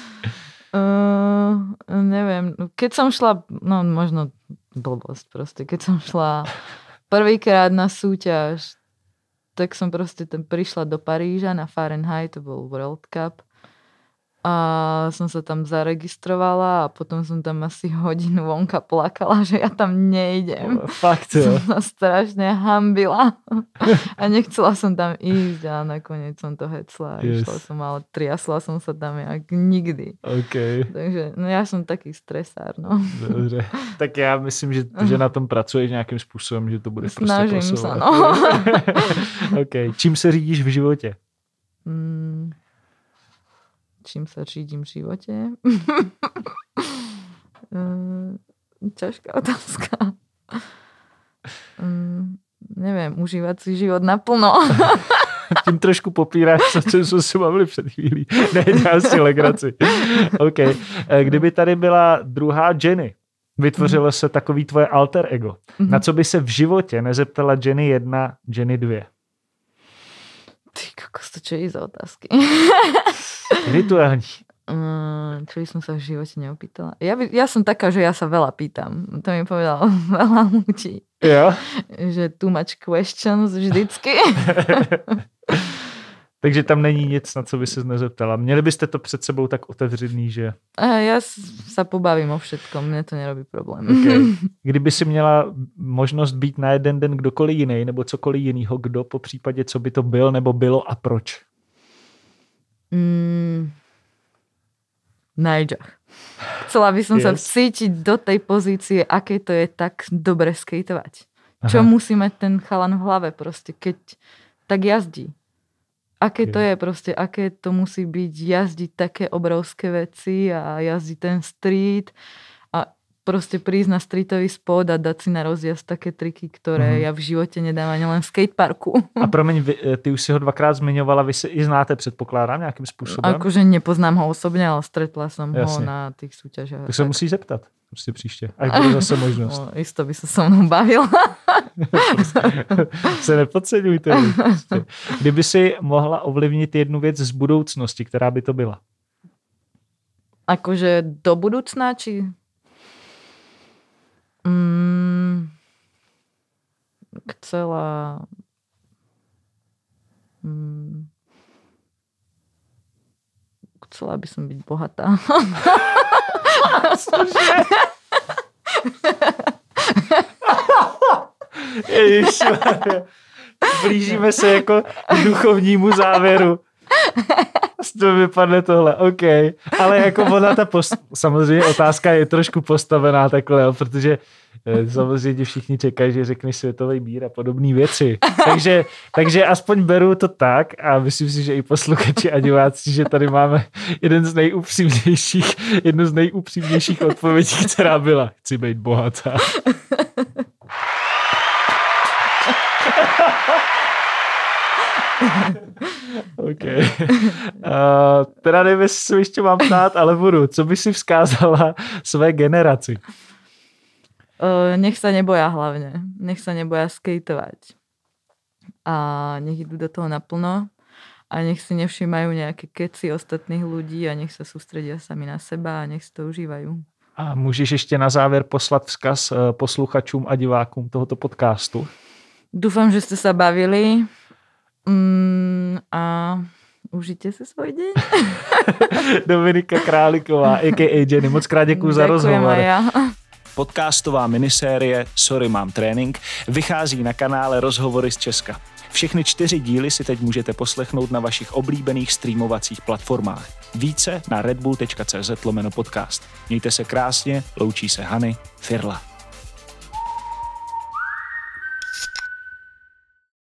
Neviem, keď som šla, no možno blbosť proste, keď som šla prvýkrát na súťaž, tak som proste prišla do Paríža na Fahrenheit, to bol World Cup a som sa tam zaregistrovala a potom som tam asi hodinu vonka plakala, že ja tam nejdem. Fakt, jo. Som sa strašne hambila a nechcela som tam ísť a nakoniec som to hecla. Išla som, ale triasla som sa tam jak nikdy. Okay. Takže no ja som taký stresár, no. Dobře. Tak já myslím, že na tom pracuješ nějakým způsobem, že to bude prostě Snažím pasovat. sa, no. Okay. Čím se řídíš v životě? Čím sa řídím v živote? Ťažká otázka. Neviem, užívať si život naplno. Tím trošku popíráš, o čem jsme se bavili před chvílí. Ne, dělám si legraci. Okay. Kdyby tady byla druhá Jenny, vytvořilo se takový tvoje alter ego. Na co by se v životě nezeptala Jenny 1, Jenny 2? Ty kokos, to čo je za otázky? Rituální. Čo by som sa v živote neopýtala? Ja som taká, že ja sa veľa pýtam. To mi povedal veľa ľudí. Jo? Že too much questions vždycky. Takže tam není nic, na co by ses nezeptala. Měli byste to před sebou tak otevřený, že... Ja sa pobavím o všetkom, mne to nerobí problém. Okay. Kdyby si měla možnost být na jeden den kdokoliv jiný, nebo cokoliv jinýho, kdo po případě, co by to byl, nebo bylo a proč? Nigel. Chcela by som sa vcítiť do tej pozície, aké to je tak dobre skejtovať. Čo musí mať ten chalan v hlave proste, keď tak jazdí. Aké to je proste, aké to musí byť jazdiť také obrovské veci a jazdiť ten street a proste prísť na streetový spot a dať si na rozjazd také triky, ktoré ja v živote nedám ani len v skateparku. A promiň, ty už si ho dvakrát zmiňovala, vy se i znáte, předpokládám, nějakým způsobem? Akože nepoznám ho osobně, ale stretla som ho na tých súťažiach. Tak se musí zeptat. Prostě příště. Až bude zase možnost. No, isto by sa so mnou bavila. Se nepodceňujte. Prostě. Kdyby si mohla ovlivnit jednu věc z budoucnosti, která by to byla? Akože do budúcna, či... Chcela by som byť bohatá. Ježišmarja. Blížíme se jako k duchovnímu závěru. Z toho vypadne tohle, OK. Ale jako ona samozřejmě otázka je trošku postavená takhle, jo, protože samozřejmě všichni čekají, že řekneš světový mír a podobné věci. Takže aspoň beru to tak a myslím si, že i posluchači a diváci, že tady máme jednu z nejupřímnějších odpovědí, která byla: chci být bohatá. OK. Teda nevím, jestli se ještě mám ptát, ale budu. Co by si vzkázala své generaci? Nech sa neboja hlavne. Nech sa neboja skejtovať. A nech idú do toho naplno. A nech si nevšímajú nejaké keci ostatných ľudí a nech sa sústredia sami na seba a nech si to užívajú. A můžeš ještě na závěr poslat vzkaz posluchačům a divákům tohoto podcastu? Dúfam, že ste sa bavili. A užijte si svoj deň. Dominika Králiková, a.k.a. Jenny. Moc krát děkuju za rozhovor. Ja. Podcastová minisérie Sorry, mám trénink vychází na kanále Rozhovory z Česka. Všechny 4 díly si teď můžete poslechnout na vašich oblíbených streamovacích platformách. Více na redbull.cz/podcast. Mějte se krásně, loučí se Hany Firla.